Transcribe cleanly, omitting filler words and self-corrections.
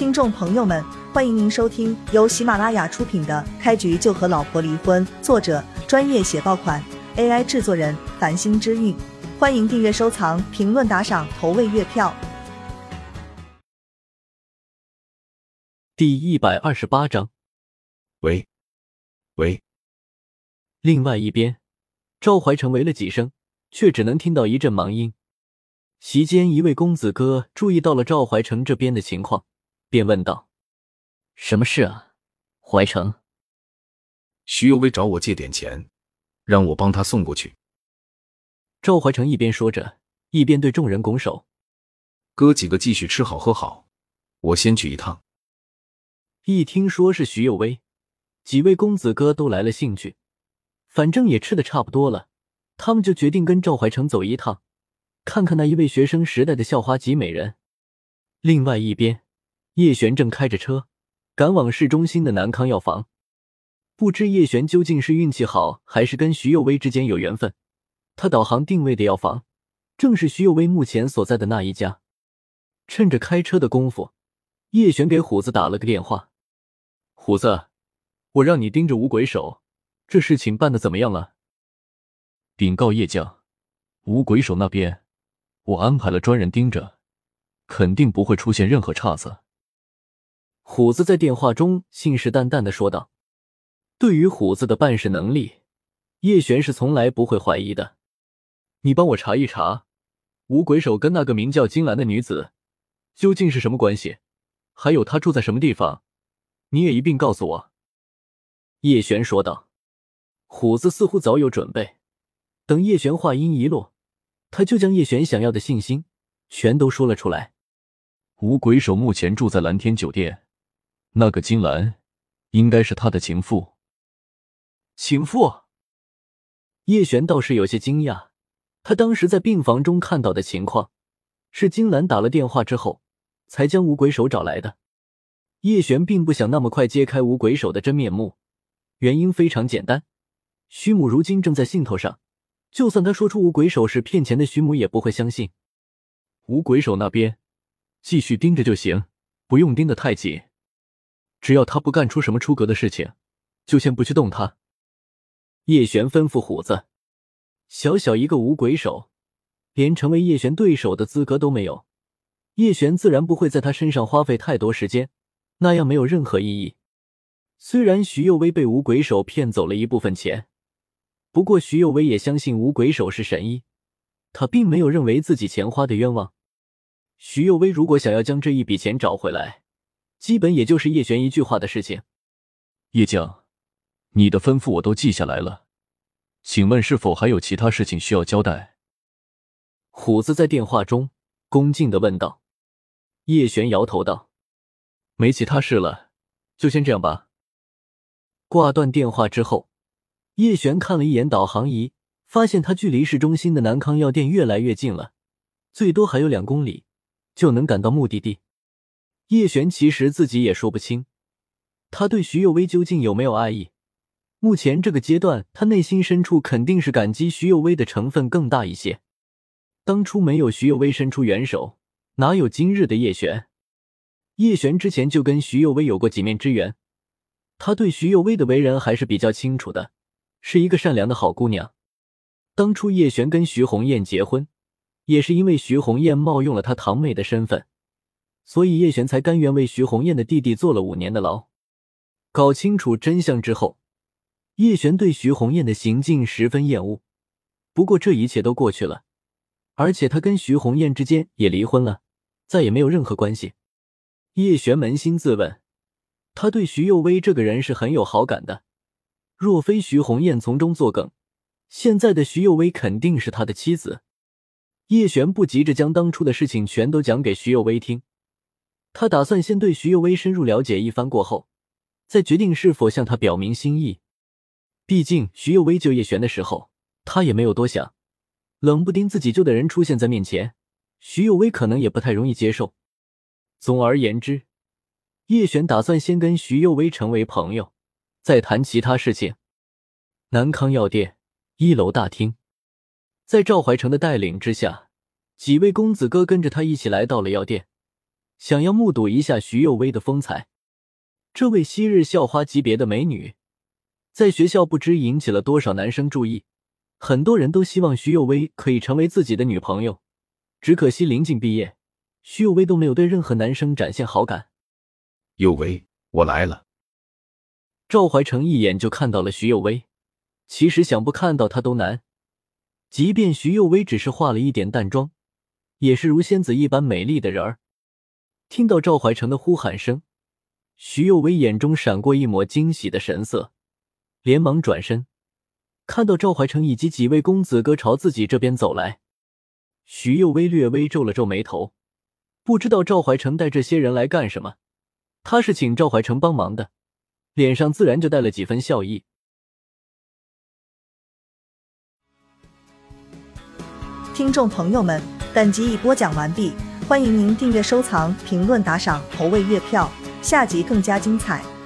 听众朋友们，欢迎您收听由喜马拉雅出品的《开局就和老婆离婚》，作者专业写爆款 ，AI 制作人繁星之韵。欢迎订阅、收藏、评论、打赏、投喂月票。 第128章。 喂。 另外一边，赵怀成喂了几声，却只能听到一阵忙音。席间一位公子哥注意到了赵怀成这边的情况，便问道：什么事啊，怀成？ 徐有为找我借点钱，让我帮他送过去。 赵怀成一边说着，一边对众人拱手： 哥几个继续吃好喝好，我先去一趟。 一听说是徐有为，几位公子哥都来了兴趣，反正也吃得差不多了，他们就决定跟赵怀成走一趟，看看那一位学生时代的校花级美人。另外一边，叶璇正开着车赶往市中心的南康药房。不知叶璇究竟是运气好，还是跟徐有为之间有缘分，他导航定位的药房正是徐有为目前所在的那一家。趁着开车的功夫，叶璇给虎子打了个电话：虎子，我让你盯着五鬼手，这事情办得怎么样了？ 禀告叶将，五鬼手那边我安排了专人盯着，肯定不会出现任何岔子。 虎子在电话中信誓旦旦地说道。对于虎子的办事能力，叶璇是从来不会怀疑的。你帮我查一查，五鬼手跟那个名叫金兰的女子究竟是什么关系，还有她住在什么地方，你也一并告诉我。叶璇说道。虎子似乎早有准备，等叶璇话音一落，他就将叶璇想要的信息全都说了出来。 五鬼手目前住在蓝天酒店，那个金兰应该是他的情妇。 情妇？叶璇倒是有些惊讶，他当时在病房中看到的情况是金兰打了电话之后才将五鬼手找来的。叶璇并不想那么快揭开五鬼手的真面目，原因非常简单，徐母如今正在兴头上，就算他说出五鬼手是骗钱的，徐母也不会相信。五鬼手那边继续盯着就行，不用盯得太紧，只要他不干出什么出格的事情，就先不去动他。叶璇吩咐虎子。小小一个五鬼手，连成为叶璇对手的资格都没有，叶璇自然不会在他身上花费太多时间，那样没有任何意义。虽然徐有为被五鬼手骗走了一部分钱，不过徐有为也相信五鬼手是神医，他并没有认为自己钱花的冤枉。徐有为如果想要将这一笔钱找回来，基本也就是叶璇一句话的事情。 叶将，你的吩咐我都记下来了，请问是否还有其他事情需要交代？ 虎子在电话中恭敬地问道。叶璇摇头道：没其他事了，就先这样吧。挂断电话之后，叶璇看了一眼导航仪，发现他距离市中心的南康药店越来越近了，最多还有2公里就能赶到目的地。叶璇其实自己也说不清，他对徐有为究竟有没有爱意。目前这个阶段，他内心深处肯定是感激徐有为的成分更大一些。当初没有徐有为伸出援手，哪有今日的叶璇？叶璇之前就跟徐有为有过几面之缘，他对徐有为的为人还是比较清楚的，是一个善良的好姑娘。当初叶璇跟徐红艳结婚，也是因为徐红艳冒用了他堂妹的身份，所以叶璇才甘愿为徐红艳的弟弟坐了5年的牢。搞清楚真相之后，叶璇对徐红艳的行径十分厌恶，不过这一切都过去了，而且他跟徐红艳之间也离婚了，再也没有任何关系。叶璇扪心自问，他对徐有为这个人是很有好感的，若非徐红艳从中作梗，现在的徐有为肯定是他的妻子。叶璇不急着将当初的事情全都讲给徐有为听，他打算先对徐有为深入了解一番过后，再决定是否向他表明心意。毕竟徐有为救叶璇的时候，他也没有多想，冷不丁自己救的人出现在面前，徐有为可能也不太容易接受。总而言之，叶璇打算先跟徐有为成为朋友，再谈其他事情。南康药店1楼大厅，在赵怀成的带领之下，几位公子哥跟着他一起来到了药店。 想要目睹一下徐幼薇的风采。这位昔日校花级别的美女，在学校不知引起了多少男生注意，很多人都希望徐幼薇可以成为自己的女朋友。只可惜临近毕业，徐幼薇都没有对任何男生展现好感。 幼薇，我来了。 赵怀成一眼就看到了徐幼薇，其实想不看到她都难。即便徐幼薇只是化了一点淡妆，也是如仙子一般美丽的人儿。听到赵怀成的呼喊声，徐幼薇眼中闪过一抹惊喜的神色，连忙转身，看到赵怀成以及几位公子哥朝自己这边走来。徐幼薇略微皱了皱眉头，不知道赵怀成带这些人来干什么。他是请赵怀成帮忙的，脸上自然就带了几分笑意。 听众朋友们，本集已播讲完毕，欢迎您订阅、收藏、评论、打赏、投喂月票，下集更加精彩。